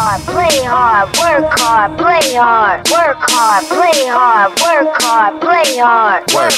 hard, play hard, work hard, play hard, work hard, play hard, work hard, play hard. Work,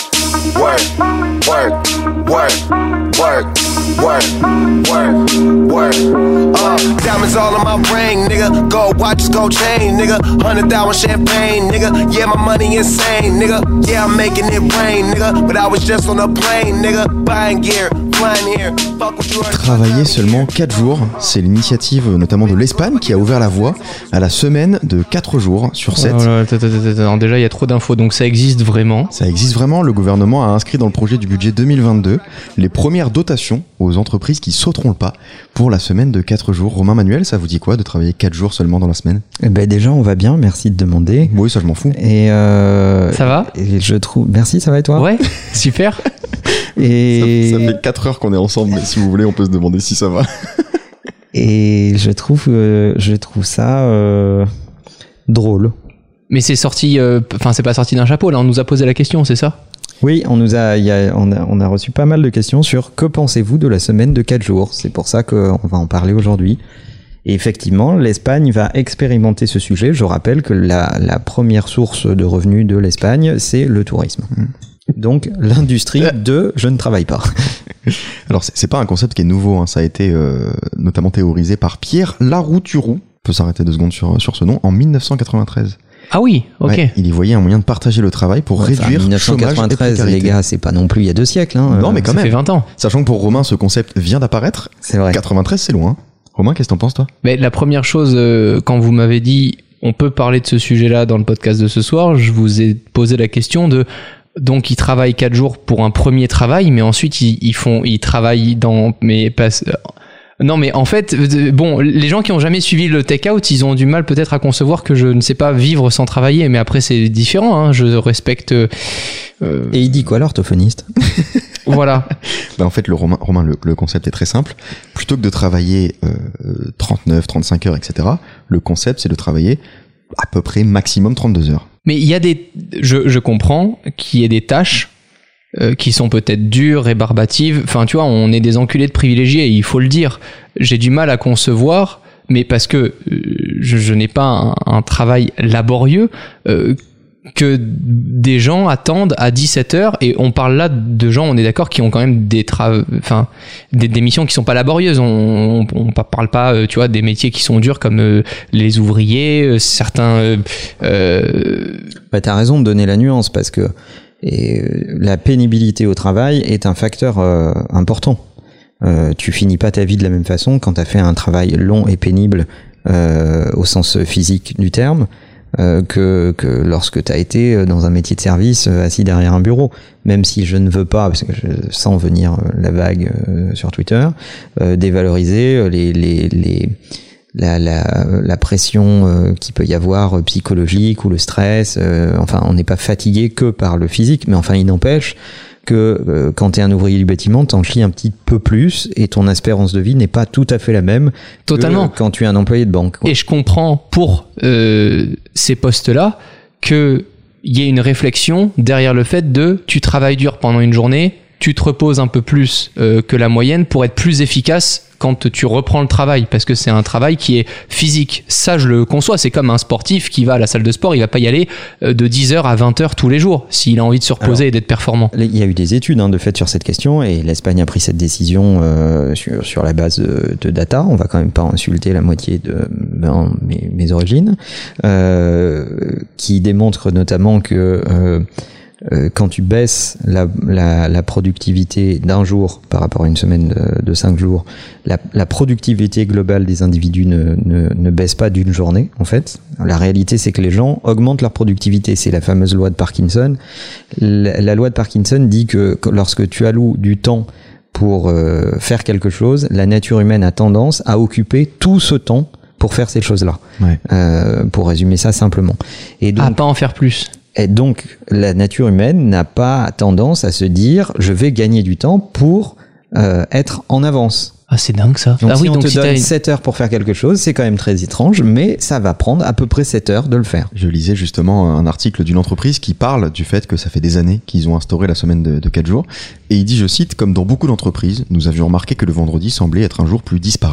diamonds all on my ring, nigga. Gold watches, gold chain, nigga. 100,000 champagne, nigga. Yeah, my money insane, nigga. Yeah, I'm making it rain, nigga. But I was just on a plane, nigga. Buying gear, flying here. Fuck with you. Travailler seulement 4 jours, c'est l'initiative notamment de l'Espagne qui a ouvert la voie à la semaine de 4 jours sur 7. Alors déjà, il y a trop d'infos, donc ça existe vraiment. Ça existe vraiment, le gouvernement a inscrit dans le projet du budget 2022 les premières dotations aux entreprises qui sauteront le pas pour la semaine de 4 jours. Romain, Manuel, ça vous dit quoi de travailler 4 jours seulement dans la semaine ? Déjà, on va bien, merci de demander. Oui, ça je m'en fous. Et ça va ? Et je trouve... Merci, ça va et toi ? Ouais, super. Et... Ça fait 4 heures qu'on est ensemble, mais si vous voulez, on peut se demander si ça va. Et je trouve ça drôle. Mais c'est sorti, c'est pas sorti d'un chapeau, là, on nous a posé la question, c'est ça ? Oui, on a reçu pas mal de questions sur que pensez-vous de la semaine de 4 jours. C'est pour ça qu'on va en parler aujourd'hui. Et effectivement, l'Espagne va expérimenter ce sujet. Je rappelle que la première source de revenus de l'Espagne, c'est le tourisme. Donc, l'industrie de « je ne travaille pas ». Alors, c'est pas un concept qui est nouveau, hein. Ça a été notamment théorisé par Pierre Larouturou. On peut s'arrêter 2 secondes sur ce nom, en 1993. Ah oui, ok. Ouais, il y voyait un moyen de partager le travail pour réduire 1993, chômage et les gars, c'est pas non plus il y a 2 siècles. Hein. Non, mais quand ça même. fait 20 ans. Sachant que pour Romain, ce concept vient d'apparaître. C'est vrai. 93, c'est loin. Romain, qu'est-ce que t'en penses, toi ? Mais la première chose, quand vous m'avez dit on peut parler de ce sujet-là dans le podcast de ce soir, je vous ai posé la question de... Donc ils travaillent 4 jours pour un premier travail, mais ensuite ils travaillent dans... Non, mais en fait, bon, les gens qui ont jamais suivi le take-out, ils ont du mal peut-être à concevoir que je ne sais pas vivre sans travailler, mais après c'est différent, hein, je respecte... Et il dit quoi l'orthophoniste ? Voilà. En fait, Romain, le concept est très simple. Plutôt que de travailler 39, 35 heures, etc., le concept c'est de travailler à peu près maximum 32 heures. Mais il y a je comprends qu'il y ait des tâches qui sont peut-être dures, rébarbatives. Enfin, tu vois, on est des enculés de privilégiés, il faut le dire. J'ai du mal à concevoir, mais parce que je n'ai pas un travail laborieux, que des gens attendent à 17h, et on parle là de gens, on est d'accord, qui ont quand même des missions qui sont pas laborieuses. On parle pas, tu vois, des métiers qui sont durs comme les ouvriers, certains... T'as raison de donner la nuance, parce que la pénibilité au travail est un facteur important. Tu finis pas ta vie de la même façon quand t'as fait un travail long et pénible au sens physique du terme que lorsque t'as été dans un métier de service assis derrière un bureau. Même si je ne veux pas, parce que je sens venir la vague sur Twitter, dévaloriser la pression qu'il peut y avoir psychologique ou le stress. Enfin, on n'est pas fatigué que par le physique, mais enfin, il n'empêche que quand t'es un ouvrier du bâtiment, t'en chies un petit peu plus et ton espérance de vie n'est pas tout à fait la même. Totalement. Que quand tu es un employé de banque, quoi. Et je comprends pour ces postes-là qu'il y ait une réflexion derrière le fait de tu travailles dur pendant une journée, tu te reposes un peu plus que la moyenne pour être plus efficace quand tu reprends le travail, parce que c'est un travail qui est physique. Ça, je le conçois. C'est comme un sportif qui va à la salle de sport, il va pas y aller de 10h à 20h tous les jours s'il a envie de se reposer et d'être performant. Il y a eu des études de fait sur cette question, et l'Espagne a pris cette décision sur la base de data. On va quand même pas insulter la moitié de mes origines, qui démontre notamment que quand tu baisses la productivité d'un jour par rapport à une semaine de 5 jours, la productivité globale des individus ne baisse pas d'une journée, en fait. La réalité, c'est que les gens augmentent leur productivité. C'est la fameuse loi de Parkinson. La loi de Parkinson dit que lorsque tu alloues du temps pour faire quelque chose, la nature humaine a tendance à occuper tout ce temps pour faire ces choses-là. Ouais. Pour résumer ça simplement. Et donc, à pas en faire plus. Et donc, la nature humaine n'a pas tendance à se dire « je vais gagner du temps pour être en avance ». Ah, c'est dingue ça. Donc, si on te donne 7 heures pour faire quelque chose, c'est quand même très étrange, mais ça va prendre à peu près 7 heures de le faire. Je lisais justement un article d'une entreprise qui parle du fait que ça fait des années qu'ils ont instauré la semaine de 4 jours. Et il dit, je cite, « Comme dans beaucoup d'entreprises, nous avions remarqué que le vendredi semblait être un jour plus disparate.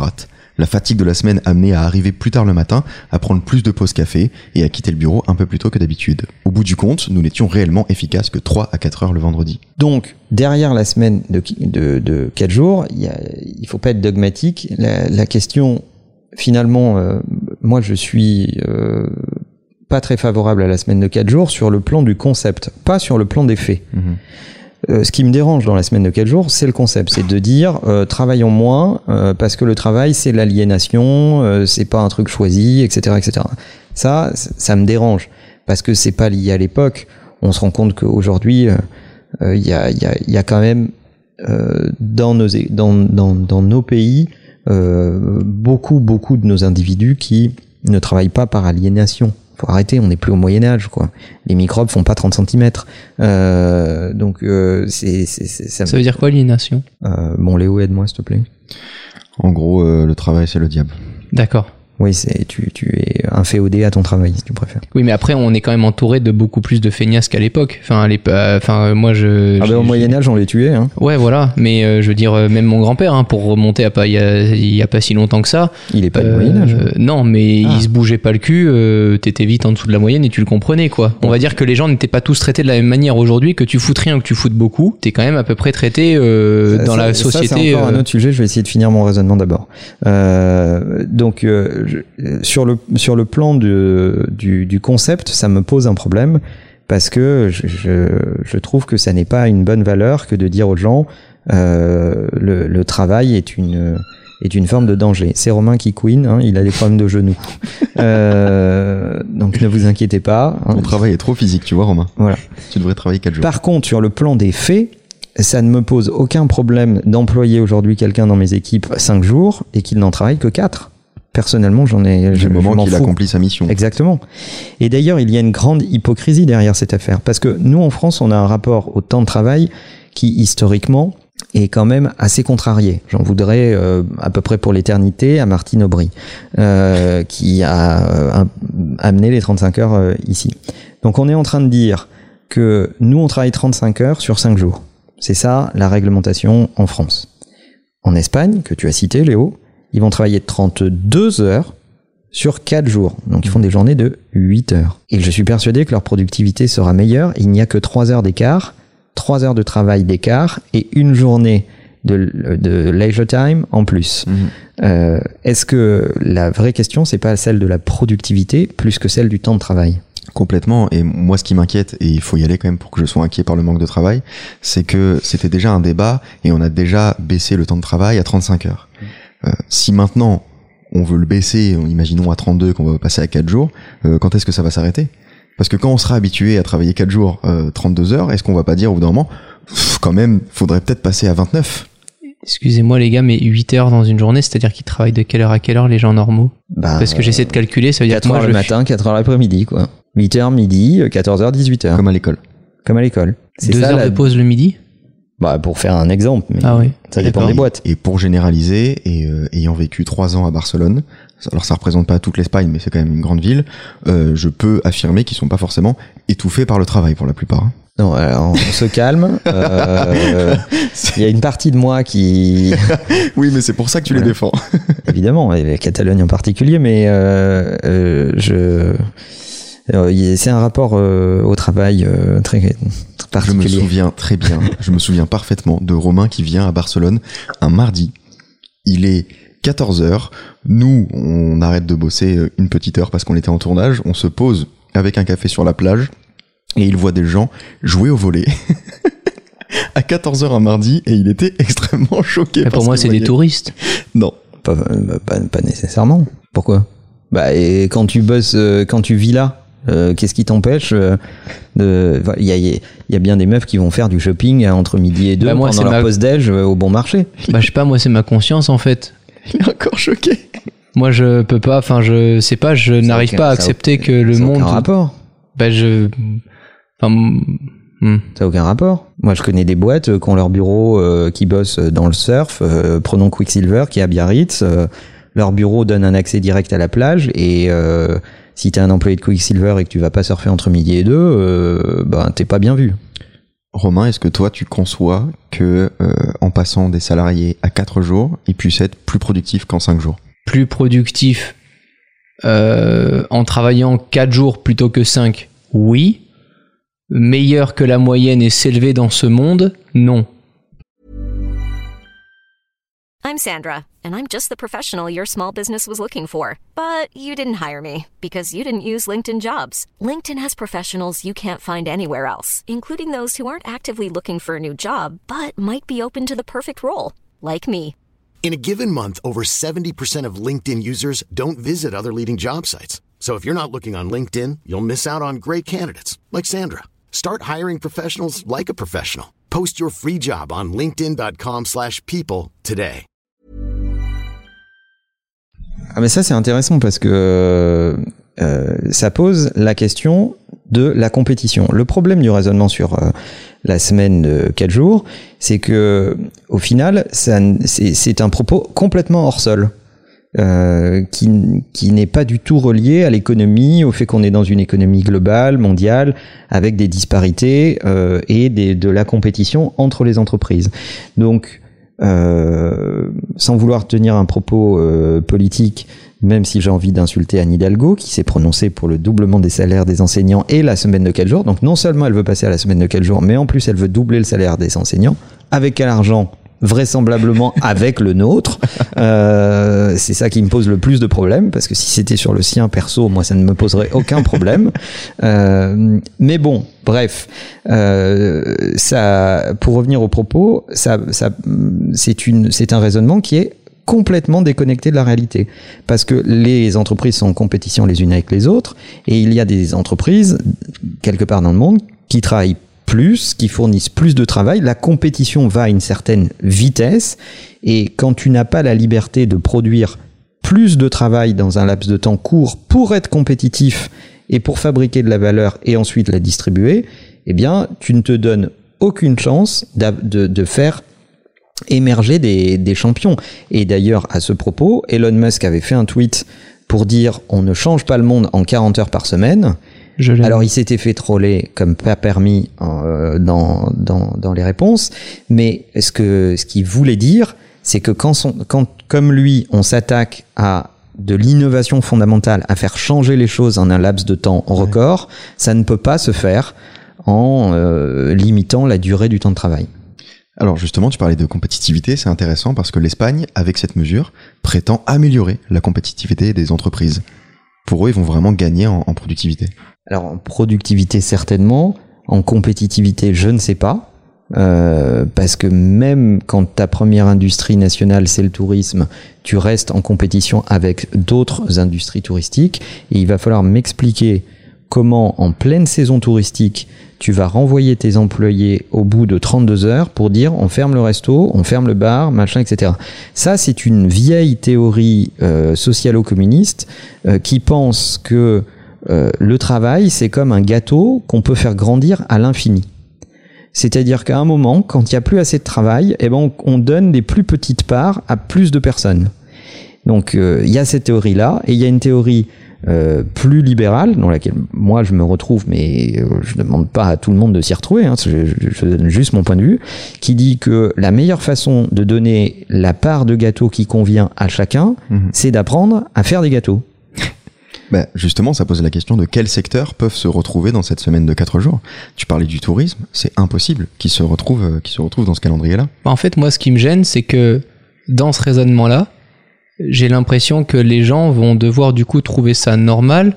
La fatigue de la semaine amenait à arriver plus tard le matin, à prendre plus de pauses café et à quitter le bureau un peu plus tôt que d'habitude. Au bout du compte, nous n'étions réellement efficaces que 3 à 4 heures le vendredi. Donc, derrière la semaine de 4 jours, il faut pas être dogmatique. La question, finalement, moi je suis pas très favorable à la semaine de 4 jours sur le plan du concept, pas sur le plan des faits. Ce qui me dérange dans la semaine de 4 jours, c'est le concept, c'est de dire travaillons moins parce que le travail c'est l'aliénation, c'est pas un truc choisi, etc., etc. Ça me dérange parce que c'est pas lié à l'époque. On se rend compte qu'aujourd'hui, il y a quand même dans nos pays beaucoup de nos individus qui ne travaillent pas par aliénation. Faut arrêter, on n'est plus au Moyen-Âge, quoi. Les microbes font pas 30 cm. Donc, ça veut dire quoi, aliénation? Bon, Léo, aide-moi, s'il te plaît. En gros, le travail, c'est le diable. D'accord. Oui, tu es inféodé à ton travail, si tu préfères. Oui, mais après, on est quand même entouré de beaucoup plus de feignasses qu'à l'époque. Moi, au Moyen-Âge, on les tuait, hein. Ouais, voilà. Mais je veux dire, même mon grand-père, hein, pour remonter à il y a pas si longtemps que ça. Il est pas du Moyen-Âge. Non, mais il se bougeait pas le cul, t'étais vite en dessous de la moyenne et tu le comprenais, quoi. On va dire que les gens n'étaient pas tous traités de la même manière aujourd'hui, que tu foutes rien ou que tu foutes beaucoup. T'es quand même à peu près traité dans la société. Ça, c'est encore un autre sujet. Je vais essayer de finir mon raisonnement d'abord. Sur le plan du concept, ça me pose un problème parce que je trouve que ça n'est pas une bonne valeur que de dire aux gens le travail est une forme de danger. C'est Romain qui couine, hein, il a des problèmes de genoux. Donc ne vous inquiétez pas. Hein. Ton travail est trop physique, tu vois, Romain. Voilà. Tu devrais travailler 4 jours. Par contre, sur le plan des faits, ça ne me pose aucun problème d'employer aujourd'hui quelqu'un dans mes équipes 5 jours et qu'il n'en travaille que 4. Personnellement, du moment qu'il accomplit sa mission. Exactement. Et d'ailleurs, il y a une grande hypocrisie derrière cette affaire. Parce que nous, en France, on a un rapport au temps de travail qui, historiquement, est quand même assez contrarié. J'en voudrais à peu près pour l'éternité à Martine Aubry, qui a amené les 35 heures ici. Donc on est en train de dire que nous, on travaille 35 heures sur 5 jours. C'est ça la réglementation en France. En Espagne, que tu as cité, Léo, ils vont travailler 32 heures sur 4 jours. Donc ils font des journées de 8 heures. Et je suis persuadé que leur productivité sera meilleure. Il n'y a que 3 heures d'écart, 3 heures de travail d'écart et une journée de leisure time en plus. Est-ce que la vraie question, c'est pas celle de la productivité plus que celle du temps de travail ? Complètement. Et moi, ce qui m'inquiète, et il faut y aller quand même pour que je sois inquiet par le manque de travail, c'est que c'était déjà un débat et on a déjà baissé le temps de travail à 35 heures. Si maintenant on veut le baisser, imaginons à 32, qu'on va passer à 4 jours, quand est-ce que ça va s'arrêter ? Parce que quand on sera habitué à travailler 4 jours, 32 heures, est-ce qu'on va pas dire au bout d'un moment, quand même, faudrait peut-être passer à 29 ? Excusez-moi les gars, mais 8 heures dans une journée, c'est-à-dire qu'ils travaillent de quelle heure à quelle heure les gens normaux ? Parce que j'essaie de calculer, ça veut dire 4 heures le matin, 4 heures l'après-midi, quoi. 8 heures midi, 14 heures, 18 heures. Comme à l'école. Comme à l'école. C'est 2 heures de pause le midi ? Bah, pour faire un exemple, mais oui. Ça dépend des boîtes. Et pour généraliser, et ayant vécu 3 ans à Barcelone, alors ça représente pas toute l'Espagne, mais c'est quand même une grande ville, je peux affirmer qu'ils sont pas forcément étouffés par le travail pour la plupart. Non, alors on se calme. Il y a une partie de moi qui... Oui, mais c'est pour ça que tu les défends. Évidemment, et la Catalogne en particulier, mais c'est un rapport au travail très particulier. Je me souviens très bien, je me souviens parfaitement de Romain qui vient à Barcelone un mardi. Il est 14h, nous on arrête de bosser une petite heure parce qu'on était en tournage, on se pose avec un café sur la plage et il voit des gens jouer au volley à 14h un mardi et il était extrêmement choqué. Pour moi c'est des touristes. Non. Pas nécessairement. Pourquoi ? Bah, et quand tu bosses, quand tu vis là, qu'est-ce qui t'empêche il y a bien des meufs qui vont faire du shopping entre midi et 2 pendant leur pause déj au bon marché. Bah je sais pas, moi c'est ma conscience en fait. Il est encore choqué. Moi je peux pas, enfin je sais pas, je n'arrive pas à accepter que le monde... Ça n'a aucun rapport. Bah Ça n'a aucun rapport. Moi je connais des boîtes qui ont leur bureau qui bossent dans le surf, prenons Quicksilver qui est à Biarritz, leur bureau donne un accès direct à la plage et si t'es un employé de Quicksilver et que tu vas pas surfer entre midi et 2, t'es pas bien vu. Romain, est-ce que toi tu conçois que en passant des salariés à 4 jours, ils puissent être plus productifs qu'en 5 jours ? plus productif en travaillant 4 jours plutôt que 5? Oui. Meilleur que la moyenne et s'élever dans ce monde? Non. I'm Sandra, and I'm just the professional your small business was looking for. But you didn't hire me because you didn't use LinkedIn Jobs. LinkedIn has professionals you can't find anywhere else, including those who aren't actively looking for a new job, but might be open to the perfect role, like me. In a given month, over 70% of LinkedIn users don't visit other leading job sites. So if you're not looking on LinkedIn, you'll miss out on great candidates like Sandra. Start hiring professionals like a professional. Post your free job on linkedin.com/people today. Ah mais ça c'est intéressant parce que ça pose la question de la compétition. Le problème du raisonnement sur la semaine de 4 jours, c'est que au final, c'est un propos complètement hors sol. Qui n'est pas du tout relié à l'économie, au fait qu'on est dans une économie globale, mondiale, avec des disparités et de la compétition entre les entreprises. Donc, sans vouloir tenir un propos politique, même si j'ai envie d'insulter Anne Hidalgo, qui s'est prononcée pour le doublement des salaires des enseignants et la semaine de 4 jours. Donc non seulement elle veut passer à la semaine de 4 jours, mais en plus elle veut doubler le salaire des enseignants. Avec quel argent ? Vraisemblablement avec le nôtre. C'est ça qui me pose le plus de problèmes, parce que si c'était sur le sien perso, moi ça ne me poserait aucun problème. Mais bon, bref, ça, pour revenir au propos, c'est un raisonnement qui est complètement déconnecté de la réalité, parce que les entreprises sont en compétition les unes avec les autres, et il y a des entreprises quelque part dans le monde qui travaillent plus, qui fournissent plus de travail. La compétition va à une certaine vitesse, et quand tu n'as pas la liberté de produire plus de travail dans un laps de temps court pour être compétitif et pour fabriquer de la valeur et ensuite la distribuer, eh bien, tu ne te donnes aucune chance de faire émerger des champions. Et d'ailleurs, à ce propos, Elon Musk avait fait un tweet pour dire on ne change pas le monde en 40 heures par semaine. Alors il s'était fait troller comme pas permis dans les réponses, mais ce qu'il voulait dire, c'est que quand comme lui, on s'attaque à de l'innovation fondamentale, à faire changer les choses en un laps de temps record, ça ne peut pas se faire en limitant la durée du temps de travail. Alors justement, tu parlais de compétitivité, c'est intéressant parce que l'Espagne, avec cette mesure, prétend améliorer la compétitivité des entreprises. Pour eux, ils vont vraiment gagner en productivité. Alors en productivité certainement, en compétitivité je ne sais pas, parce que même quand ta première industrie nationale c'est le tourisme, tu restes en compétition avec d'autres industries touristiques, et il va falloir m'expliquer comment en pleine saison touristique tu vas renvoyer tes employés au bout de 32 heures pour dire on ferme le resto, on ferme le bar, machin, etc. Ça, c'est une vieille théorie socialo-communiste qui pense que le travail, c'est comme un gâteau qu'on peut faire grandir à l'infini. C'est-à-dire qu'à un moment, quand il n'y a plus assez de travail, eh ben on donne des plus petites parts à plus de personnes. Donc il y a cette théorie-là, et il y a une théorie plus libérale, dans laquelle moi je me retrouve, mais je ne demande pas à tout le monde de s'y retrouver, hein, je donne juste mon point de vue, qui dit que la meilleure façon de donner la part de gâteau qui convient à chacun, c'est d'apprendre à faire des gâteaux. Ben justement, ça pose la question de quels secteurs peuvent se retrouver dans cette semaine de 4 jours. Tu parlais du tourisme, c'est impossible qu'ils se retrouvent dans ce calendrier-là. En fait, moi, ce qui me gêne, c'est que dans ce raisonnement-là, j'ai l'impression que les gens vont devoir du coup trouver ça normal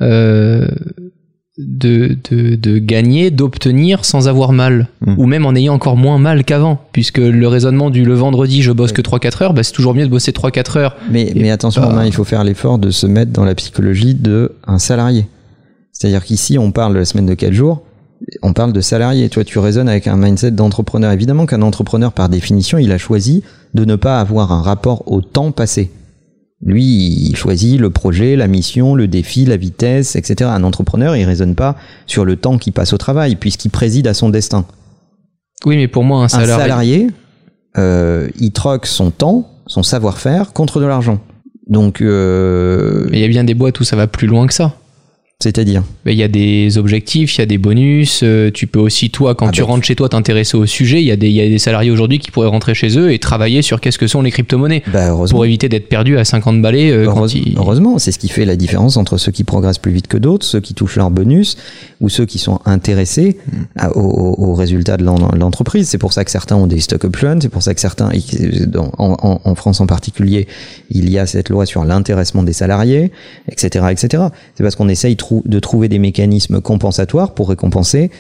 de gagner, d'obtenir sans avoir mal, ou même en ayant encore moins mal qu'avant, puisque le raisonnement du le vendredi je bosse que 3-4 heures, bah c'est toujours mieux de bosser 3-4 heures. Mais attention, Romain, il faut faire l'effort de se mettre dans la psychologie d'un salarié. C'est-à-dire qu'ici on parle de la semaine de 4 jours, on parle de salarié. Toi tu raisonnes avec un mindset d'entrepreneur. Évidemment qu'un entrepreneur par définition il a choisi de ne pas avoir un rapport au temps passé. Lui, il choisit le projet, la mission, le défi, la vitesse, etc. Un entrepreneur, il raisonne pas sur le temps qu'il passe au travail, puisqu'il préside à son destin. Oui, mais pour moi, un salarié, il troque son temps, son savoir-faire contre de l'argent. Donc, mais il y a bien des boîtes où ça va plus loin que ça. C'est-à-dire? Il y a des objectifs, il y a des bonus. Tu peux aussi, toi, quand tu rentres chez toi, t'intéresser au sujet. Il y a des salariés aujourd'hui qui pourraient rentrer chez eux et travailler sur qu'est-ce que sont les crypto-monnaies. Pour éviter d'être perdu à 50 balais. Heureusement, c'est ce qui fait la différence entre ceux qui progressent plus vite que d'autres, ceux qui touchent leur bonus ou ceux qui sont intéressés aux résultats de l'entreprise. C'est pour ça que certains ont des stock options. C'est pour ça que certains, en France en particulier, il y a cette loi sur l'intéressement des salariés, etc., etc. C'est parce qu'on essaye de trouver des mécanismes compensatoires pour récompenser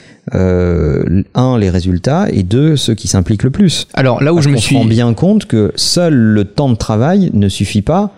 les résultats et ceux qui s'impliquent le plus. Alors là où on se rend bien compte que seul le temps de travail ne suffit pas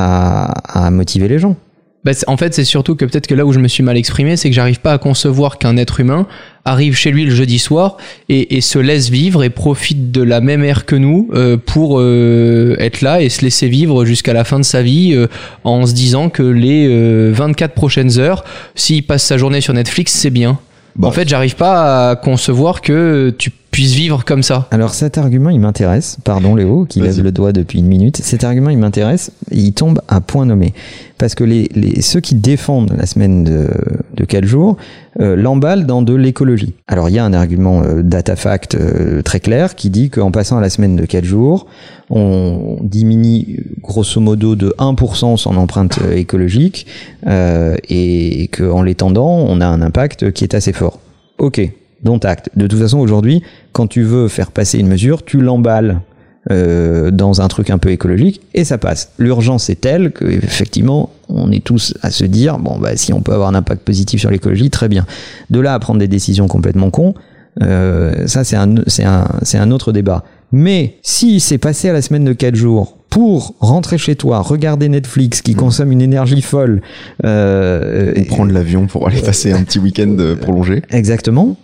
à motiver les gens. En fait, c'est surtout que peut-être que là où je me suis mal exprimé, c'est que j'arrive pas à concevoir qu'un être humain arrive chez lui le jeudi soir et se laisse vivre et profite de la même ère que nous pour être là et se laisser vivre jusqu'à la fin de sa vie en se disant que les 24 prochaines heures, s'il passe sa journée sur Netflix, c'est bien. En fait, j'arrive pas à concevoir que tu puisses vivre comme ça. Alors cet argument, il m'intéresse. Pardon Léo, qui lève le doigt depuis 1 minute. Cet argument, il m'intéresse. Il tombe à point nommé. Parce que ceux qui défendent la semaine de 4 jours l'emballent dans de l'écologie. Alors il y a un argument DataFact très clair qui dit qu'en passant à la semaine de 4 jours, on diminue grosso modo de 1% son empreinte écologique et qu'en l'étendant, on a un impact qui est assez fort. Ok, dont acte. De toute façon, aujourd'hui, quand tu veux faire passer une mesure, tu l'emballes dans un truc un peu écologique et ça passe. L'urgence est telle que effectivement on est tous à se dire si on peut avoir un impact positif sur l'écologie, très bien. De là à prendre des décisions complètement cons, ça c'est un autre débat. Mais si c'est passé à la semaine de 4 jours pour rentrer chez toi, regarder Netflix qui consomme une énergie folle, ou prendre l'avion pour aller passer un petit week-end prolongé. Exactement.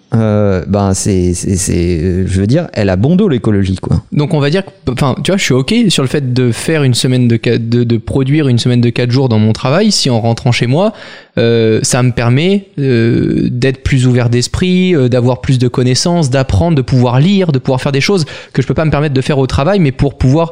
Je veux dire, elle a bon dos l'écologie, quoi. Donc on va dire, tu vois, je suis ok sur le fait de faire une semaine de produire une semaine de 4 jours dans mon travail. Si en rentrant chez moi, ça me permet d'être plus ouvert d'esprit, d'avoir plus de connaissances, d'apprendre, de pouvoir lire, de pouvoir faire des choses que je peux pas me permettre de faire au travail, mais pour pouvoir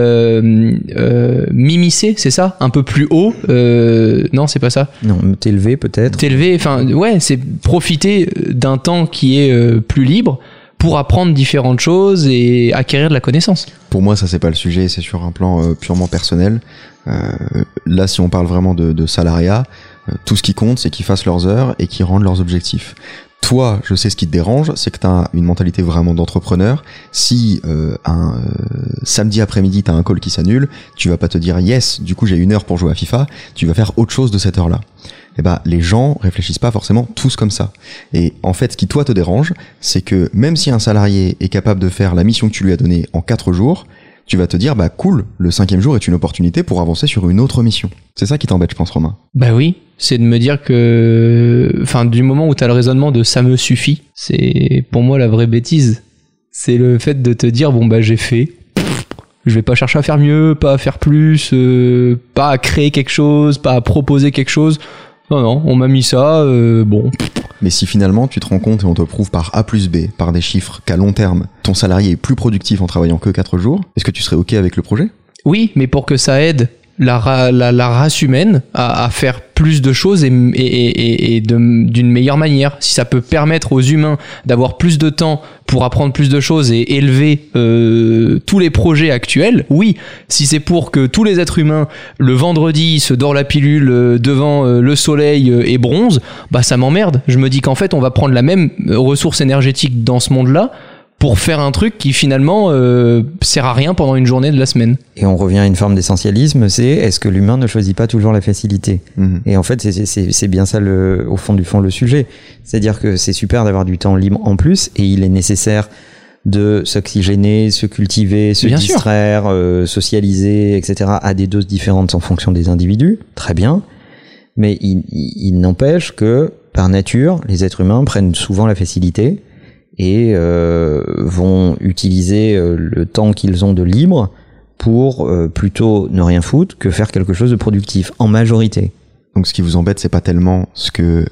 m'immiscer, c'est ça, un peu plus haut. Non, c'est pas ça. Non, t'élever peut-être. T'élever, c'est profiter d'un temps qui est plus libre pour apprendre différentes choses et acquérir de la connaissance. Pour moi, ça c'est pas le sujet, c'est sur un plan purement personnel. Là, si on parle vraiment de salariat, tout ce qui compte, c'est qu'ils fassent leurs heures et qu'ils rendent leurs objectifs. Toi, je sais ce qui te dérange, c'est que t'as une mentalité vraiment d'entrepreneur. Si un samedi après-midi t'as un call qui s'annule, tu vas pas te dire yes, du coup j'ai 1 heure pour jouer à FIFA, tu vas faire autre chose de cette heure-là. Les gens réfléchissent pas forcément tous comme ça. Et en fait, ce qui toi te dérange, c'est que même si un salarié est capable de faire la mission que tu lui as donnée en 4 jours, tu vas te dire cool, le 5e jour est une opportunité pour avancer sur une autre mission. C'est ça qui t'embête, je pense, Romain. Oui, c'est de me dire que du moment où t'as le raisonnement de ça me suffit, c'est pour moi la vraie bêtise. C'est le fait de te dire j'ai fait, je vais pas chercher à faire mieux, pas à faire plus, pas à créer quelque chose, pas à proposer quelque chose. Non, on m'a mis ça, bon. Mais si finalement tu te rends compte et on te prouve par A plus B, par des chiffres, qu'à long terme, ton salarié est plus productif en travaillant que 4 jours, est-ce que tu serais OK avec le projet ? Oui, mais pour que ça aide la race humaine à faire plus de choses et d'une meilleure manière. Si ça peut permettre aux humains d'avoir plus de temps pour apprendre plus de choses et élever tous les projets actuels, oui. Si c'est pour que tous les êtres humains, le vendredi, se dorent la pilule devant le soleil et bronze, ça m'emmerde. Je me dis qu'en fait, on va prendre la même ressource énergétique dans ce monde-là pour faire un truc qui finalement sert à rien pendant une journée de la semaine. Et on revient à une forme d'essentialisme, c'est est-ce que l'humain ne choisit pas toujours la facilité ? Et en fait, c'est bien ça au fond du fond le sujet. C'est-à-dire que c'est super d'avoir du temps libre en plus, et il est nécessaire de s'oxygéner, se cultiver, se distraire, socialiser, etc. à des doses différentes en fonction des individus. Très bien. Mais il n'empêche que, par nature, les êtres humains prennent souvent la facilité et vont utiliser le temps qu'ils ont de libre pour plutôt ne rien foutre que faire quelque chose de productif, en majorité. Donc ce qui vous embête, c'est pas tellement ce que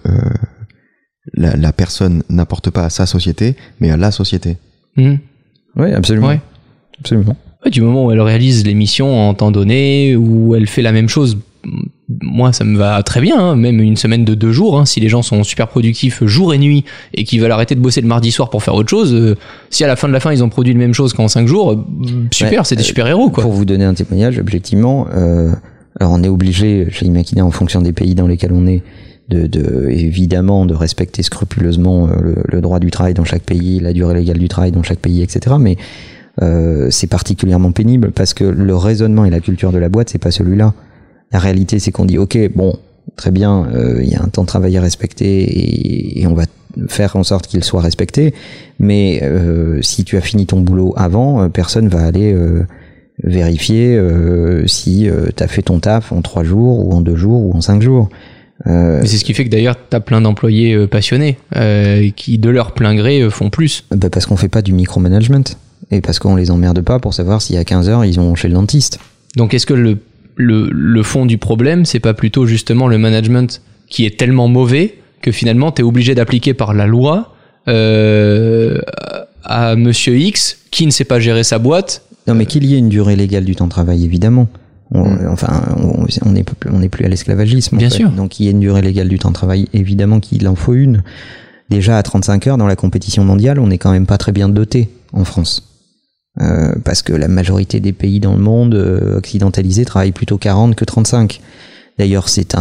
la personne n'apporte pas à sa société, mais à la société. Oui, absolument. Ouais. Absolument. Ouais, du moment où elle réalise les missions en temps donné, où elle fait la même chose moi ça me va très bien, hein, même une semaine de 2 jours, hein, si les gens sont super productifs jour et nuit et qu'ils veulent arrêter de bosser le mardi soir pour faire autre chose, si à la fin de la fin ils ont produit la même chose qu'en 5 jours, super, c'est des super héros quoi. Pour vous donner un témoignage, objectivement, alors on est obligé chez Imakina en fonction des pays dans lesquels on est évidemment de respecter scrupuleusement le droit du travail dans chaque pays, la durée légale du travail dans chaque pays, etc. Mais c'est particulièrement pénible parce que le raisonnement et la culture de la boîte, c'est pas celui-là. La réalité, c'est qu'on dit ok, bon, très bien, il y a un temps de travail à respecter et on va faire en sorte qu'il soit respecté. Mais si tu as fini ton boulot avant, personne va aller vérifier si tu as fait ton taf en 3 jours ou en 2 jours ou en 5 jours. Mais c'est ce qui fait que d'ailleurs t'as plein d'employés passionnés qui de leur plein gré font plus. Parce qu'on fait pas du micromanagement et parce qu'on les emmerde pas pour savoir si à 15h ils ont chez le dentiste. Donc est-ce que le fond du problème c'est pas plutôt justement le management qui est tellement mauvais que finalement t'es obligé d'appliquer par la loi à Monsieur X qui ne sait pas gérer sa boîte? Non mais qu'il y ait une durée légale du temps de travail évidemment. On n'est plus à l'esclavagisme. Bien sûr. Donc il y a une durée légale du temps de travail, évidemment qu'il en faut une. Déjà à 35 heures dans la compétition mondiale, on n'est quand même pas très bien doté en France. Parce que la majorité des pays dans le monde occidentalisé travaillent plutôt 40 que 35. D'ailleurs, c'est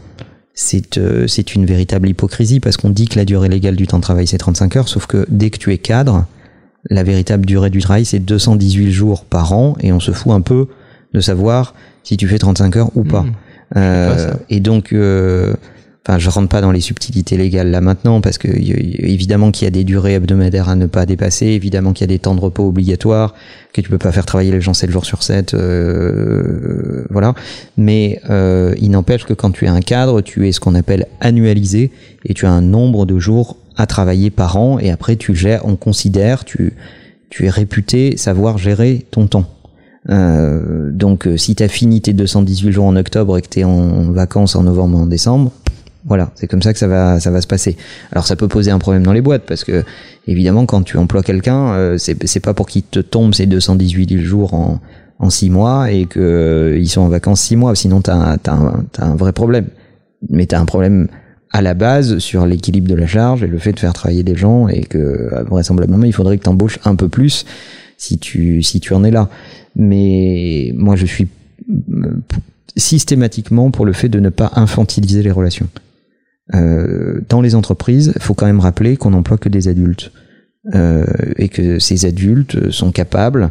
une véritable hypocrisie parce qu'on dit que la durée légale du temps de travail c'est 35 heures, sauf que dès que tu es cadre, la véritable durée du travail c'est 218 jours par an et on se fout un peu de savoir si tu fais 35 heures ou pas. Et donc, je rentre pas dans les subtilités légales là maintenant, parce que évidemment qu'il y a des durées hebdomadaires à ne pas dépasser, évidemment qu'il y a des temps de repos obligatoires, que tu peux pas faire travailler les gens 7 jours sur 7, voilà. Mais il n'empêche que quand tu es un cadre, tu es ce qu'on appelle annualisé, et tu as un nombre de jours à travailler par an, et après tu gères, on considère, tu es réputé savoir gérer ton temps. Donc si t'as fini tes 218 jours en octobre et que t'es en vacances en novembre ou en décembre, voilà, c'est comme ça que ça va se passer. Alors ça peut poser un problème dans les boîtes parce que évidemment quand tu emploies quelqu'un, c'est pas pour qu'il te tombe ces 218 jours en 6 mois et que ils sont en vacances 6 mois, sinon t'as un vrai problème. Mais t'as un problème à la base sur l'équilibre de la charge et le fait de faire travailler des gens, et que vraisemblablement il faudrait que t'embauches un peu plus si tu en es là. Mais moi je suis systématiquement pour le fait de ne pas infantiliser les relations. Dans les entreprises, il faut quand même rappeler qu'on n'emploie que des adultes, et que ces adultes sont capables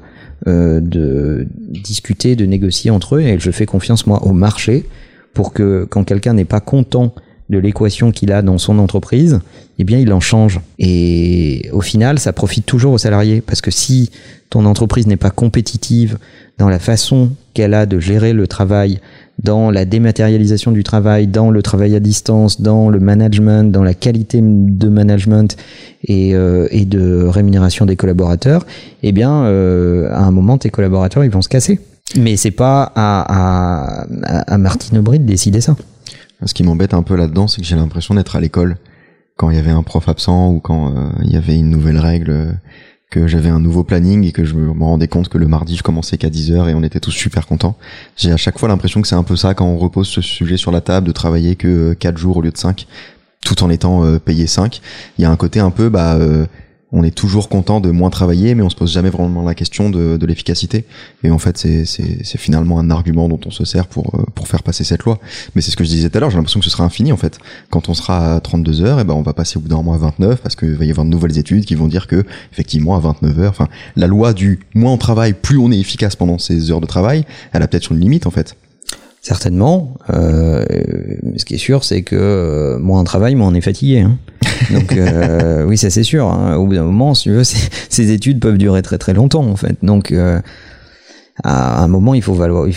de discuter, de négocier entre eux, et je fais confiance moi au marché pour que quand quelqu'un n'est pas content de l'équation qu'il a dans son entreprise, eh bien il en change. Et au final, ça profite toujours aux salariés, parce que si ton entreprise n'est pas compétitive dans la façon qu'elle a de gérer le travail, dans la dématérialisation du travail, dans le travail à distance, dans le management, dans la qualité de management et de rémunération des collaborateurs, eh bien à un moment tes collaborateurs ils vont se casser. Mais c'est pas à Martine Aubry de décider ça. Ce qui m'embête un peu là-dedans, c'est que j'ai l'impression d'être à l'école quand il y avait un prof absent ou quand il y avait une nouvelle règle, que j'avais un nouveau planning et que je me rendais compte que le mardi je commençais qu'à 10h et on était tous super contents. J'ai à chaque fois l'impression que c'est un peu ça quand on repose ce sujet sur la table, de travailler que 4 jours au lieu de 5, tout en étant payé 5. Il y a un côté un peu on est toujours content de moins travailler, mais on se pose jamais vraiment la question de l'efficacité. Et en fait, c'est finalement un argument dont on se sert pour faire passer cette loi. Mais c'est ce que je disais tout à l'heure, j'ai l'impression que ce sera infini, en fait. Quand on sera à 32 heures, on va passer au bout d'un moment à 29, parce qu'il va y avoir de nouvelles études qui vont dire que, effectivement, à 29 heures, enfin, la loi du moins on travaille, plus on est efficace pendant ces heures de travail, elle a peut-être une limite, en fait. Certainement. Ce qui est sûr, c'est que moins on travaille, moins on est fatigué. Hein. Donc oui, ça c'est sûr. Hein. Au bout d'un moment, si tu veux, ces études peuvent durer très très longtemps en fait. Donc à un moment, il faut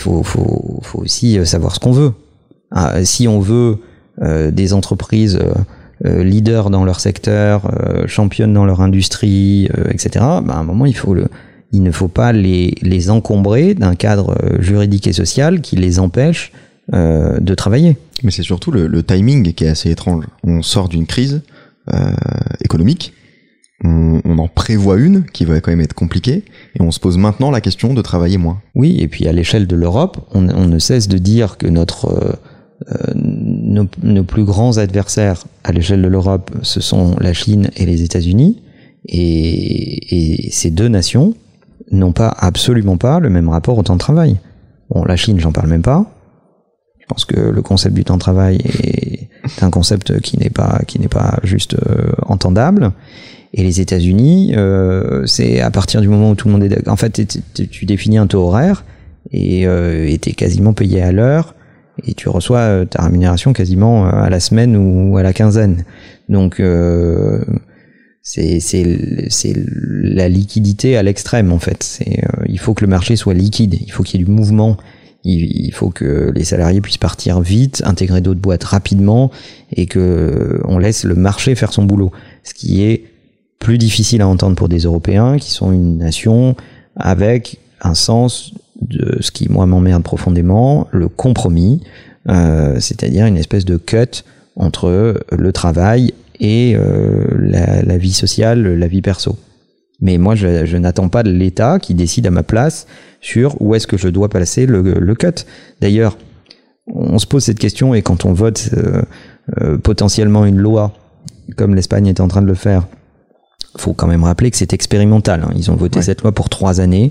aussi savoir ce qu'on veut. Si on veut des entreprises leaders dans leur secteur, championnes dans leur industrie, etc. À un moment, il ne faut pas les encombrer d'un cadre juridique et social qui les empêche de travailler. Mais c'est surtout le timing qui est assez étrange. On sort d'une crise économique, on en prévoit une qui va quand même être compliquée, et on se pose maintenant la question de travailler moins. Oui, et puis à l'échelle de l'Europe, on ne cesse de dire que notre nos plus grands adversaires à l'échelle de l'Europe, ce sont la Chine et les États-Unis, et ces deux nations n'ont absolument pas le même rapport au temps de travail. Bon, la Chine, j'en parle même pas. Je pense que le concept du temps de travail est un concept qui n'est pas juste entendable. Et les États-Unis, c'est à partir du moment où tout le monde est... En fait, tu définis un taux horaire et t'es quasiment payé à l'heure et tu reçois ta rémunération quasiment à la semaine ou à la quinzaine. Donc, c'est la liquidité à l'extrême, en fait. Il faut que le marché soit liquide, il faut qu'il y ait du mouvement. Il faut que les salariés puissent partir vite, intégrer d'autres boîtes rapidement et que on laisse le marché faire son boulot. Ce qui est plus difficile à entendre pour des Européens qui sont une nation avec un sens de ce qui, moi, m'emmerde profondément, le compromis, c'est-à-dire une espèce de cut entre le travail et la vie sociale, la vie perso. Mais moi, je n'attends pas de l'État qui décide à ma place sur où est-ce que je dois placer le cut. D'ailleurs, on se pose cette question et quand on vote potentiellement une loi, comme l'Espagne est en train de le faire, faut quand même rappeler que c'est expérimental. Hein. Ils ont voté cette loi pour 3 années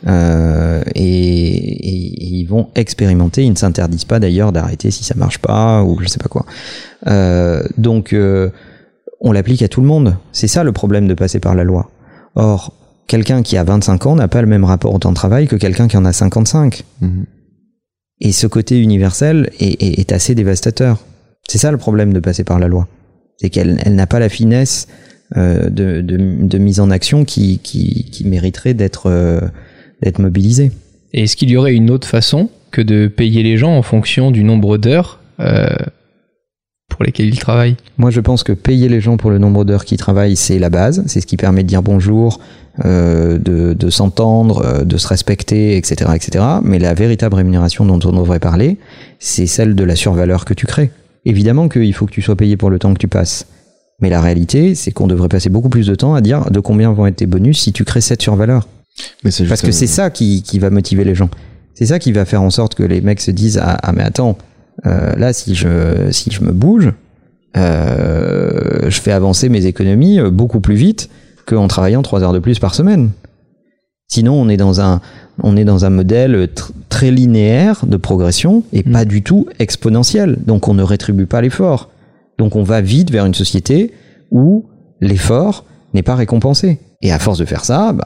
et ils vont expérimenter. Ils ne s'interdisent pas d'ailleurs d'arrêter si ça marche pas ou je sais pas quoi. Donc, on l'applique à tout le monde. C'est ça le problème de passer par la loi. Or, quelqu'un qui a 25 ans n'a pas le même rapport au temps de travail que quelqu'un qui en a 55. Et ce côté universel est assez dévastateur. C'est ça le problème de passer par la loi. C'est qu'elle n'a pas la finesse de mise en action qui mériterait d'être mobilisée. Et est-ce qu'il y aurait une autre façon que de payer les gens en fonction du nombre d'heures pour lesquelles ils travaillent? Moi, je pense que payer les gens pour le nombre d'heures qu'ils travaillent, c'est la base. C'est ce qui permet de dire bonjour, de s'entendre, de se respecter, etc., etc. Mais la véritable rémunération dont on devrait parler, c'est celle de la survaleur que tu crées. Évidemment qu'il faut que tu sois payé pour le temps que tu passes. Mais la réalité, c'est qu'on devrait passer beaucoup plus de temps à dire de combien vont être tes bonus si tu crées cette survaleur. Mais c'est juste parce que c'est ça qui va motiver les gens. C'est ça qui va faire en sorte que les mecs se disent ah mais attends, là si je me bouge, je fais avancer mes économies beaucoup plus vite qu'en travaillant 3 heures de plus par semaine. Sinon on est dans un modèle très linéaire de progression et pas du tout exponentiel. Donc on ne rétribue pas l'effort. Donc on va vite vers une société où l'effort n'est pas récompensé. Et à force de faire ça,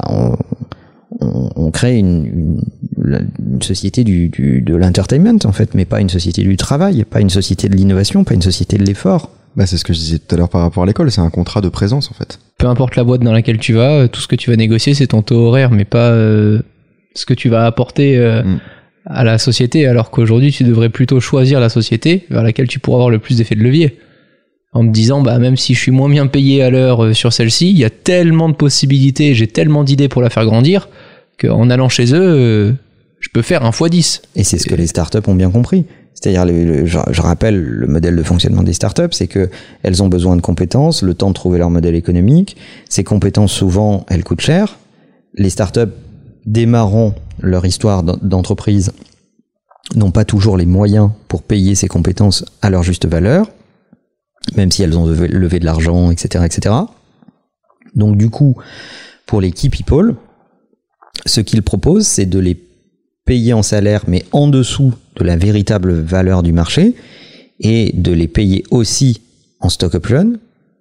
on crée une société de l'entertainment en fait, mais pas une société du travail, pas une société de l'innovation, pas une société de l'effort. C'est ce que je disais tout à l'heure par rapport à l'école, c'est un contrat de présence en fait. Peu importe la boîte dans laquelle tu vas, tout ce que tu vas négocier c'est ton taux horaire, mais pas ce que tu vas apporter à la société, alors qu'aujourd'hui tu devrais plutôt choisir la société vers laquelle tu pourras avoir le plus d'effet de levier. En te disant, même si je suis moins bien payé à l'heure sur celle-ci, il y a tellement de possibilités, j'ai tellement d'idées pour la faire grandir, qu'en allant chez eux, je peux faire un x10. Et c'est ce que les startups ont bien compris. C'est-à-dire, je rappelle le modèle de fonctionnement des startups, c'est que elles ont besoin de compétences, le temps de trouver leur modèle économique. Ces compétences, souvent, elles coûtent cher. Les startups, démarrant leur histoire d'entreprise, n'ont pas toujours les moyens pour payer ces compétences à leur juste valeur, même si elles ont levé de l'argent, etc., etc. Donc du coup, pour les key people, ce qu'ils proposent, c'est de les payer en salaire, mais en dessous de la véritable valeur du marché, et de les payer aussi en stock option,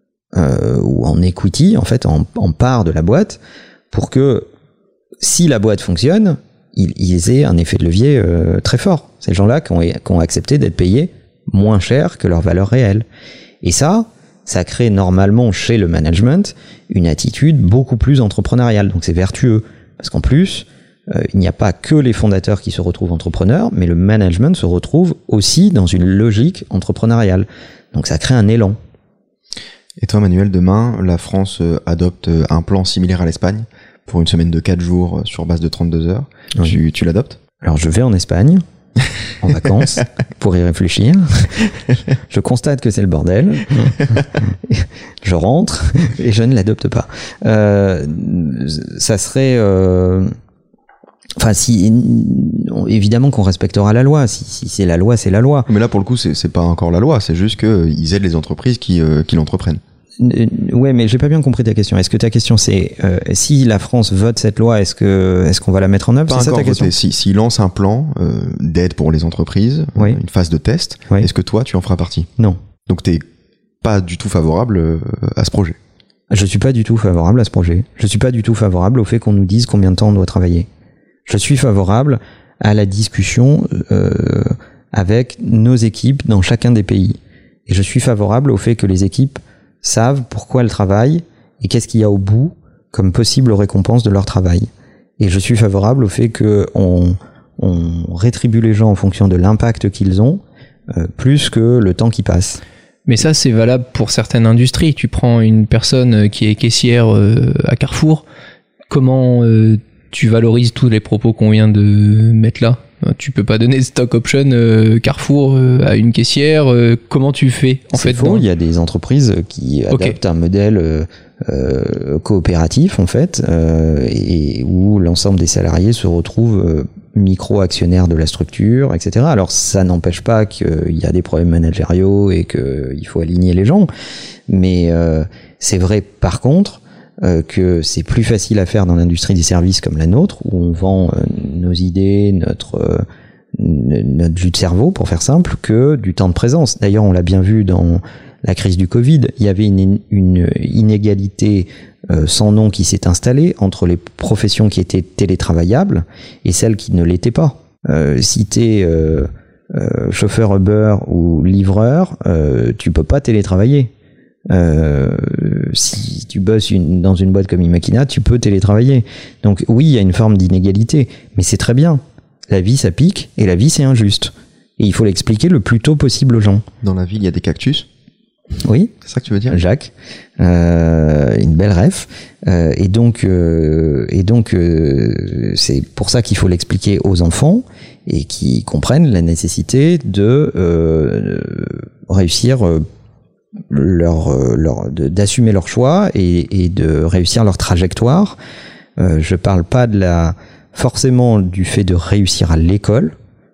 ou en equity, en fait, en part de la boîte, pour que, si la boîte fonctionne, ils aient un effet de levier très fort. Ces gens-là qui ont accepté d'être payés moins cher que leur valeur réelle. Et ça crée normalement chez le management une attitude beaucoup plus entrepreneuriale. Donc c'est vertueux. Parce qu'en plus, il n'y a pas que les fondateurs qui se retrouvent entrepreneurs, mais le management se retrouve aussi dans une logique entrepreneuriale. Donc ça crée un élan. Et toi, Manuel, demain, la France adopte un plan similaire à l'Espagne pour une semaine de 4 jours sur base de 32 heures. Oui. Tu l'adoptes? Alors je vais en Espagne en vacances pour y réfléchir. Je constate que c'est le bordel. Je rentre et je ne l'adopte pas. Ça serait Enfin, évidemment qu'on respectera la loi. Si c'est la loi, c'est la loi. Mais là, pour le coup, c'est pas encore la loi. C'est juste qu'ils aident les entreprises qui l'entreprennent. Ouais, mais j'ai pas bien compris ta question. Est-ce que ta question c'est si la France vote cette loi, est-ce qu'on va la mettre en œuvre? Pas C'est ça encore ta question? S'ils lancent un plan d'aide pour les entreprises, Oui. une phase de test, Oui. est-ce que toi, tu en feras partie? Non. Donc t'es pas du tout favorable à ce projet. Je suis pas du tout favorable à ce projet. Je suis pas du tout favorable au fait qu'on nous dise combien de temps on doit travailler. Je suis favorable à la discussion avec nos équipes dans chacun des pays. Et je suis favorable au fait que les équipes savent pourquoi elles travaillent et qu'est-ce qu'il y a au bout comme possible récompense de leur travail. Et je suis favorable au fait qu'on rétribue les gens en fonction de l'impact qu'ils ont, plus que le temps qui passe. Mais ça, c'est valable pour certaines industries. Tu prends une personne qui est caissière à Carrefour, comment tu valorises tous les propos qu'on vient de mettre là? Tu peux pas donner stock option Carrefour à une caissière. Comment tu fais en fait? Faux. Il y a des entreprises qui adaptent un modèle coopératif en fait, et où l'ensemble des salariés se retrouvent micro-actionnaires de la structure, etc. Alors ça n'empêche pas qu'il y a des problèmes managériaux et qu'il faut aligner les gens, mais c'est vrai par contre que c'est plus facile à faire dans l'industrie des services comme la nôtre, où on vend nos idées, notre jus de cerveau, pour faire simple, que du temps de présence. D'ailleurs, on l'a bien vu dans la crise du Covid, il y avait une inégalité sans nom qui s'est installée entre les professions qui étaient télétravaillables et celles qui ne l'étaient pas. Si t'es chauffeur Uber ou livreur, tu peux pas télétravailler. Si tu bosses dans une boîte comme Imakina, tu peux télétravailler. Donc oui, il y a une forme d'inégalité, mais c'est très bien. La vie, ça pique, et la vie, c'est injuste. Et il faut l'expliquer le plus tôt possible aux gens. Dans la ville, il y a des cactus. Oui. C'est ça que tu veux dire? Jacques. Une belle ref. Et donc, c'est pour ça qu'il faut l'expliquer aux enfants et qu'ils comprennent la nécessité de réussir d'assumer leur choix et de réussir leur trajectoire. Je parle pas forcément du fait de réussir à l'école.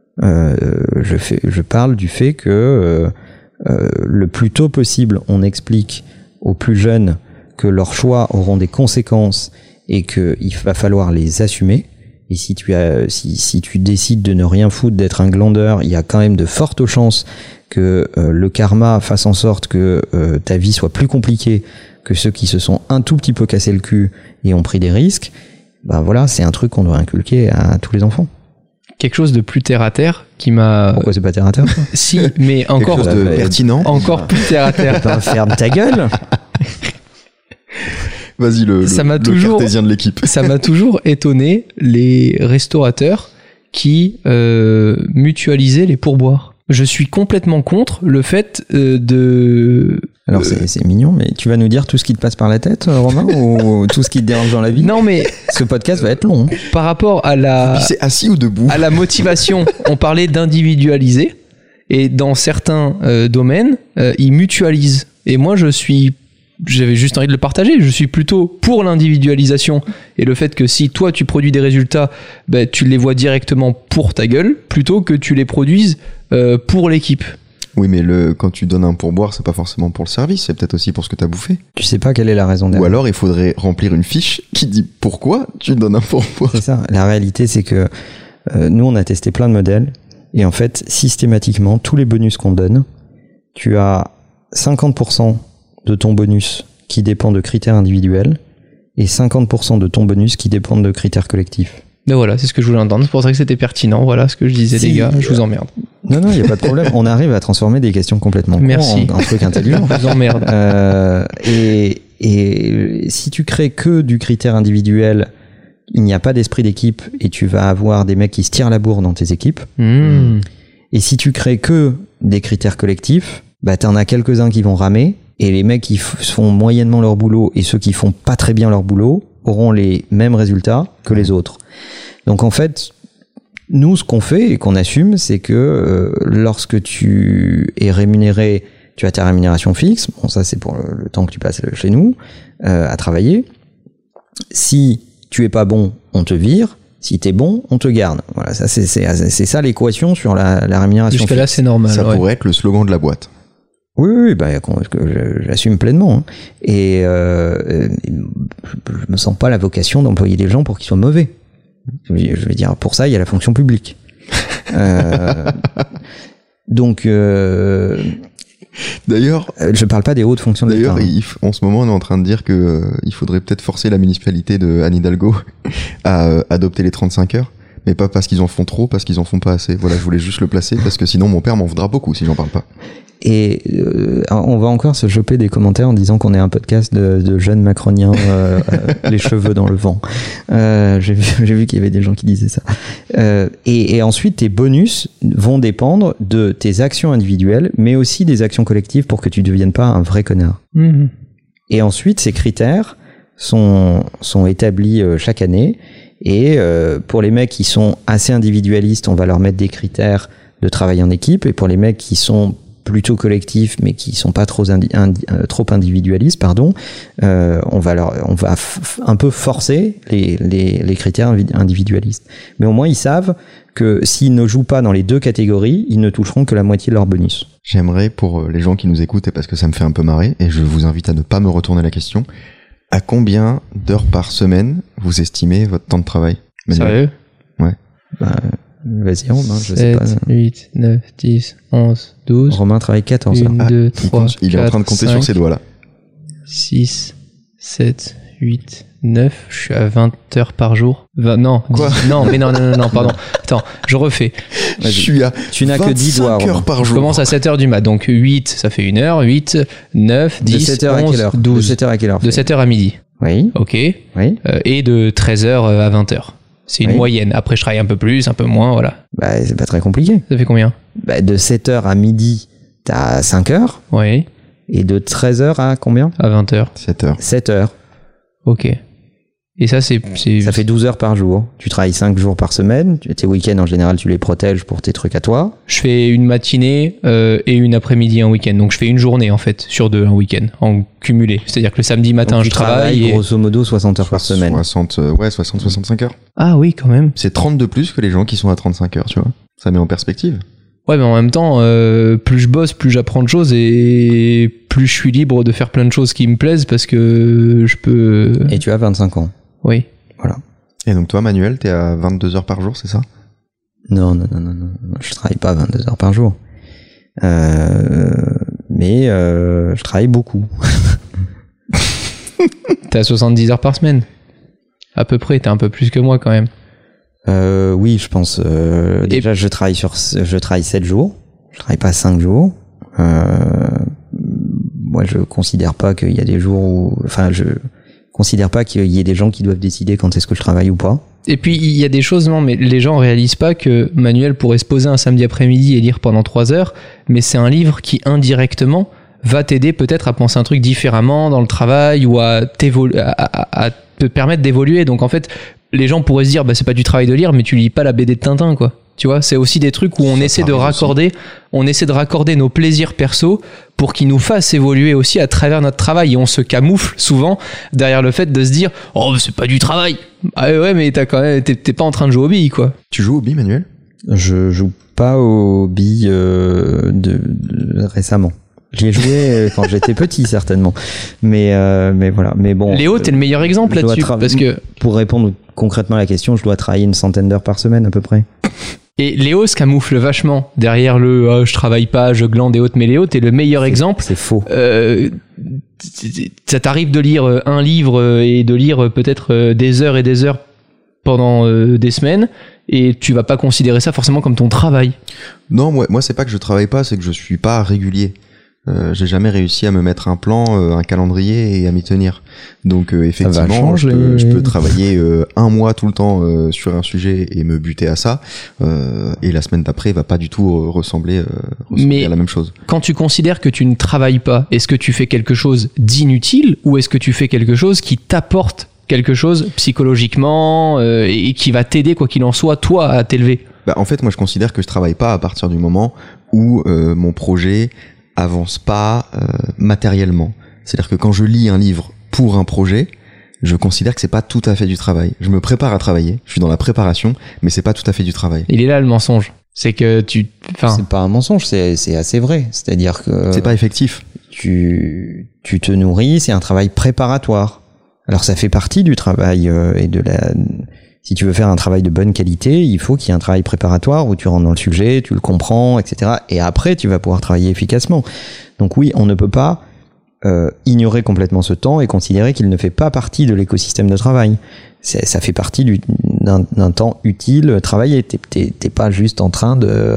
Je parle du fait que le plus tôt possible, on explique aux plus jeunes que leurs choix auront des conséquences et qu'il va falloir les assumer. Et si tu décides de ne rien foutre, d'être un glandeur, il y a quand même de fortes chances que le karma fasse en sorte que ta vie soit plus compliquée que ceux qui se sont un tout petit peu cassé le cul et ont pris des risques. Ben voilà, c'est un truc qu'on doit inculquer à tous les enfants. Quelque chose de plus terre à terre qui m'a... Pourquoi c'est pas terre à terre? Si, mais encore quelque chose de pertinent. Encore plus terre à terre. Ferme ta gueule. Vas-y, le cartésien de l'équipe. Ça m'a toujours étonné les restaurateurs qui mutualisaient les pourboires. Je suis complètement contre le fait de... Alors c'est mignon, mais tu vas nous dire tout ce qui te passe par la tête, Romain, ou tout ce qui te dérange dans la vie? Non, mais... Ce podcast va être long. Par rapport à la... C'est assis ou debout? À la motivation, on parlait d'individualiser, et dans certains domaines, ils mutualisent. Et moi, j'avais juste envie de le partager. Je suis plutôt pour l'individualisation et le fait que si toi tu produis des résultats, ben, tu les vois directement pour ta gueule plutôt que tu les produises pour l'équipe. Oui, mais quand tu donnes un pourboire, c'est pas forcément pour le service, c'est peut-être aussi pour ce que t'as bouffé. Tu sais pas quelle est la raison derrière. Ou alors il faudrait remplir une fiche qui dit pourquoi tu donnes un pourboire. C'est ça. La réalité, c'est que nous on a testé plein de modèles et en fait systématiquement tous les bonus qu'on donne, tu as 50% de ton bonus qui dépend de critères individuels et 50% de ton bonus qui dépend de critères collectifs. Ben voilà, c'est ce que je voulais entendre. C'est pour ça que c'était pertinent. Voilà ce que je disais, les gars. Je vous emmerde. Non, il n'y a pas de problème. On arrive à transformer des questions complètement cons en un truc intelligent. Je vous emmerde. Et si tu crées que du critère individuel, il n'y a pas d'esprit d'équipe et tu vas avoir des mecs qui se tirent la bourre dans tes équipes. Et si tu crées que des critères collectifs, bah t'en as quelques-uns qui vont ramer et les mecs qui font moyennement leur boulot et ceux qui font pas très bien leur boulot auront les mêmes résultats que les autres. Donc en fait, nous ce qu'on fait et qu'on assume, c'est que lorsque tu es rémunéré, tu as ta rémunération fixe. Bon, ça c'est pour le temps que tu passes chez nous à travailler. Si tu es pas bon, on te vire. Si t'es bon, on te garde. Voilà, ça c'est ça l'équation sur la rémunération. Jusque là, c'est normal. Ça ouais. pourrait être le slogan de la boîte. Oui, bah, j'assume pleinement. Hein. Et je me sens pas la vocation d'employer des gens pour qu'ils soient mauvais. Je veux dire, pour ça, il y a la fonction publique. Donc, D'ailleurs, je parle pas des hautes fonctions de l'État. D'ailleurs, en ce moment, on est en train de dire que il faudrait peut-être forcer la municipalité de Anne Hidalgo à adopter les 35 heures. Mais pas parce qu'ils en font trop, parce qu'ils en font pas assez. Voilà, je voulais juste le placer parce que sinon mon père m'en voudra beaucoup si j'en parle pas. Et on va encore se choper des commentaires en disant qu'on est un podcast de jeunes macroniens, les cheveux dans le vent. J'ai vu qu'il y avait des gens qui disaient ça. Et ensuite, tes bonus vont dépendre de tes actions individuelles, mais aussi des actions collectives pour que tu ne deviennes pas un vrai connard. Mmh. Et ensuite, ces critères sont établis chaque année. Et pour les mecs qui sont assez individualistes, on va leur mettre des critères de travail en équipe. Et pour les mecs qui sont plutôt collectifs, mais qui sont pas trop individualistes, pardon, on va un peu forcer les critères individualistes. Mais au moins, ils savent que s'ils ne jouent pas dans les deux catégories, ils ne toucheront que la moitié de leur bonus. J'aimerais, pour les gens qui nous écoutent, et parce que ça me fait un peu marrer, et je vous invite à ne pas me retourner la question, à combien d'heures par semaine vous estimez votre temps de travail? Sérieux? Ouais. Vas-y, Romain, je 7, sais pas. 8, 9, 10, 11, 12. Romain travaille 14 heures. 1, 2, 3, il est en train de 4, compter 5, sur ses doigts là. 6, 7, 8, 9. Je suis à 20 heures par jour. Non, Quoi? non, mais non, pardon. Attends, je refais. Je suis à Tu n'as que 10 doigts, 25 heures Romain. par Je jour. commence à 7h du mat. Donc 8, ça fait 1 heure. 8, 9, 10, de 7h à 11, quelle heure? 12. De 7h à quelle heure? De 7h à midi. Oui, Ok. oui. Et de 13h à 20h. C'est une Oui. moyenne. Après, je travaille un peu plus, un peu moins, voilà. Bah, c'est pas très compliqué. Ça fait combien? Bah, de 7h à midi, t'as 5 heures. Oui, Et de 13h à combien? à 20h. 7 heures. 7 heures. Ok. Et ça, c'est... Ça fait 12 heures par jour. Tu travailles 5 jours par semaine. Tes week-ends, en général, tu les protèges pour tes trucs à toi. Je fais une matinée et une après-midi un week-end. Donc je fais une journée en fait sur 2 un week-end en cumulé. C'est-à-dire que le samedi matin Donc, je tu travaille. travailles Et... grosso modo 60 heures par semaine. 65 heures. Ah oui quand même. C'est 30 de plus que les gens qui sont à 35 heures, tu vois. Ça met en perspective. Ouais mais en même temps plus je bosse, plus j'apprends de choses et plus je suis libre de faire plein de choses qui me plaisent parce que je peux... Et tu as 25 ans. Oui. Voilà. Et donc toi, Manuel, t'es à 22 heures par jour, c'est ça? Non. Je travaille pas 22 heures par jour. Mais je travaille beaucoup. T'es à 70 heures par semaine. À peu près, t'es un peu plus que moi quand même. Oui, je pense. Déjà, je travaille 7 jours. Je travaille pas 5 jours. Moi, je considère pas qu'il y a des jours où... Enfin, je considère pas qu'il y ait des gens qui doivent décider quand est-ce que je travaille ou pas. Et puis il y a des choses, non, mais les gens réalisent pas que Manuel pourrait se poser un samedi après-midi et lire pendant 3 heures, mais c'est un livre qui indirectement va t'aider peut-être à penser un truc différemment dans le travail ou à te permettre d'évoluer. Donc en fait, les gens pourraient se dire, bah c'est pas du travail de lire, mais tu lis pas la BD de Tintin, quoi. Tu vois, c'est aussi des trucs où on essaie de raccorder nos plaisirs perso pour qu'ils nous fassent évoluer aussi à travers notre travail. Et on se camoufle souvent derrière le fait de se dire, oh, c'est pas du travail. Ah ouais, mais t'es pas en train de jouer aux billes, quoi. Tu joues au billes, Manuel? Je joue pas aux billes récemment. J'y ai joué quand j'étais petit, certainement. Mais voilà. Mais bon. Léo, t'es le meilleur exemple là-dessus. Parce que... Pour répondre concrètement à la question, je dois travailler une centaine d'heures par semaine à peu près. Et Léo se camoufle vachement derrière le je travaille pas, je glande et autres. Mais Léo, t'es le meilleur exemple. C'est faux. Ça t'arrive de lire un livre et de lire peut-être des heures et des heures pendant des semaines et tu vas pas considérer ça forcément comme ton travail. Non, moi c'est pas que je travaille pas, c'est que je suis pas régulier. J'ai jamais réussi à me mettre un plan, un calendrier et à m'y tenir. Donc effectivement, je peux travailler un mois tout le temps sur un sujet et me buter à ça. Et la semaine d'après va pas du tout ressembler à la même chose. Quand tu considères que tu ne travailles pas, est-ce que tu fais quelque chose d'inutile ou est-ce que tu fais quelque chose qui t'apporte quelque chose psychologiquement et qui va t'aider quoi qu'il en soit toi à t'élever? Bah en fait moi je considère que je travaille pas à partir du moment où mon projet avance pas matériellement. C'est-à-dire que quand je lis un livre pour un projet, je considère que c'est pas tout à fait du travail. Je me prépare à travailler, je suis dans la préparation, mais c'est pas tout à fait du travail. Il est là le mensonge. C'est que c'est pas un mensonge, c'est assez vrai. C'est-à-dire que c'est pas effectif. Tu te nourris, c'est un travail préparatoire. Alors ça fait partie du travail si tu veux faire un travail de bonne qualité, il faut qu'il y ait un travail préparatoire où tu rentres dans le sujet, tu le comprends, etc. Et après, tu vas pouvoir travailler efficacement. Donc oui, on ne peut pas ignorer complètement ce temps et considérer qu'il ne fait pas partie de l'écosystème de travail. Ça fait partie d'un temps utile travailler. T'es pas juste en train de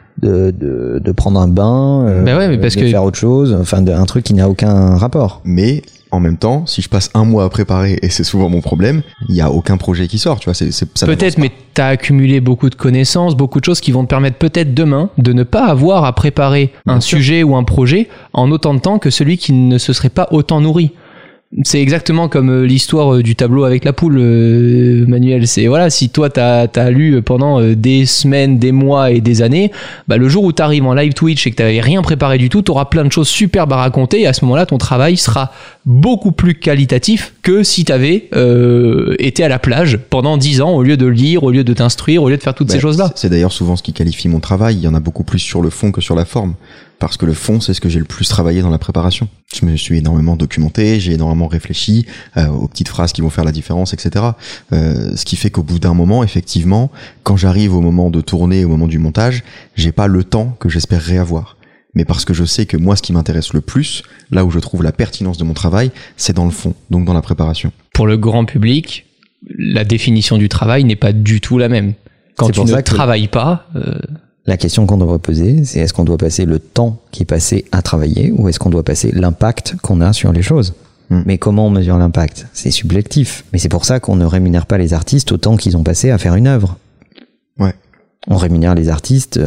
prendre un bain, de faire autre chose, enfin un truc qui n'a aucun rapport. Mais en même temps, si je passe un mois à préparer, et c'est souvent mon problème, il y a aucun projet qui sort, tu vois. Ça peut-être, mais t'as accumulé beaucoup de connaissances, beaucoup de choses qui vont te permettre peut-être demain de ne pas avoir à préparer un sujet ou un projet en autant de temps que celui qui ne se serait pas autant nourri. C'est exactement comme l'histoire du tableau avec la poule, Manuel. C'est voilà, si toi t'as lu pendant des semaines, des mois et des années, bah le jour où t'arrives en live Twitch et que t'avais rien préparé du tout, t'auras plein de choses superbes à raconter et à ce moment-là, ton travail sera beaucoup plus qualitatif que si t'avais été à la plage pendant 10 ans au lieu de lire, au lieu de t'instruire, au lieu de faire toutes ces choses-là. C'est d'ailleurs souvent ce qui qualifie mon travail. Il y en a beaucoup plus sur le fond que sur la forme. Parce que le fond, c'est ce que j'ai le plus travaillé dans la préparation. Je me suis énormément documenté, j'ai énormément réfléchi aux petites phrases qui vont faire la différence, etc. Ce qui fait qu'au bout d'un moment, effectivement, quand j'arrive au moment de tourner, au moment du montage, j'ai pas le temps que j'espérerais avoir. Mais parce que je sais que moi, ce qui m'intéresse le plus, là où je trouve la pertinence de mon travail, c'est dans le fond, donc dans la préparation. Pour le grand public, la définition du travail n'est pas du tout la même. Quand tu ne travailles pas... La question qu'on devrait poser, c'est est-ce qu'on doit passer le temps qui est passé à travailler ou est-ce qu'on doit passer l'impact qu'on a sur les choses ? Mais comment on mesure l'impact ? C'est subjectif. Mais c'est pour ça qu'on ne rémunère pas les artistes au temps qu'ils ont passé à faire une œuvre. Ouais. On rémunère les artistes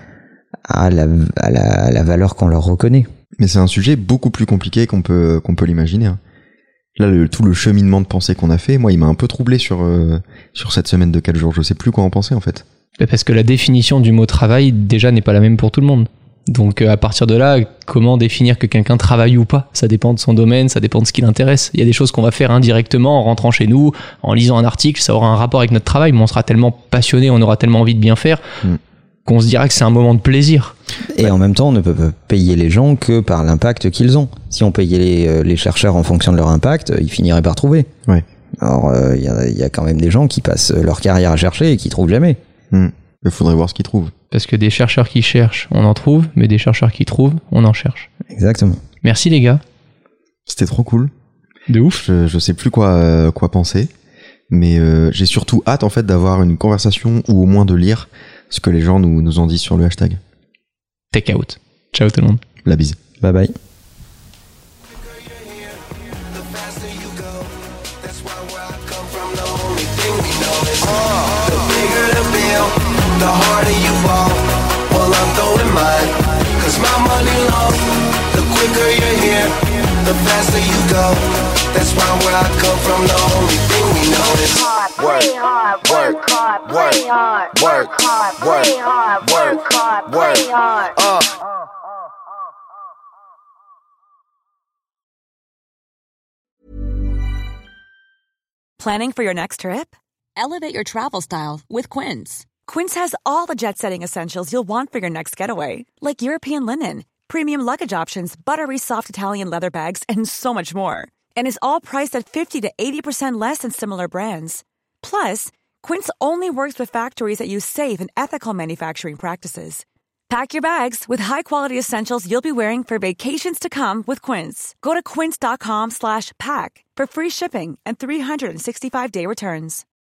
à la valeur qu'on leur reconnaît. Mais c'est un sujet beaucoup plus compliqué qu'on peut l'imaginer. Là, tout le cheminement de pensée qu'on a fait, moi, il m'a un peu troublé sur cette semaine de 4 jours. Je sais plus quoi en penser, en fait. Parce que la définition du mot travail, déjà, n'est pas la même pour tout le monde. Donc, à partir de là, comment définir que quelqu'un travaille ou pas ? Ça dépend de son domaine, ça dépend de ce qui l'intéresse. Il y a des choses qu'on va faire indirectement en rentrant chez nous, en lisant un article, ça aura un rapport avec notre travail, mais on sera tellement passionné, on aura tellement envie de bien faire, qu'on se dira que c'est un moment de plaisir. Et en même temps, on ne peut pas payer les gens que par l'impact qu'ils ont. Si on payait les chercheurs en fonction de leur impact, ils finiraient par trouver. Ouais. Alors, il y a quand même des gens qui passent leur carrière à chercher et qui trouvent jamais. Il faudrait voir ce qu'ils trouvent. Parce que des chercheurs qui cherchent, on en trouve, mais des chercheurs qui trouvent, on en cherche. Exactement. Merci les gars. C'était trop cool. De ouf. Je sais plus quoi penser, mais j'ai surtout hâte en fait d'avoir une conversation ou au moins de lire ce que les gens nous ont dit sur le hashtag. Take out. Ciao tout le monde. La bise. Bye bye. The harder you fall, well I'm throwing mine, cause my money long. The quicker you're here, the faster you go. That's why where I come from, the only thing we know is play hard, work hard, play hard, work hard, play hard, work hard, play hard. Planning for your next trip? Elevate your travel style with Quince. Quince has all the jet-setting essentials you'll want for your next getaway, like European linen, premium luggage options, buttery soft Italian leather bags, and so much more. And is all priced at 50 to 80% less than similar brands. Plus, Quince only works with factories that use safe and ethical manufacturing practices. Pack your bags with high-quality essentials you'll be wearing for vacations to come with Quince. Go to quince.com/pack for free shipping and 365-day returns.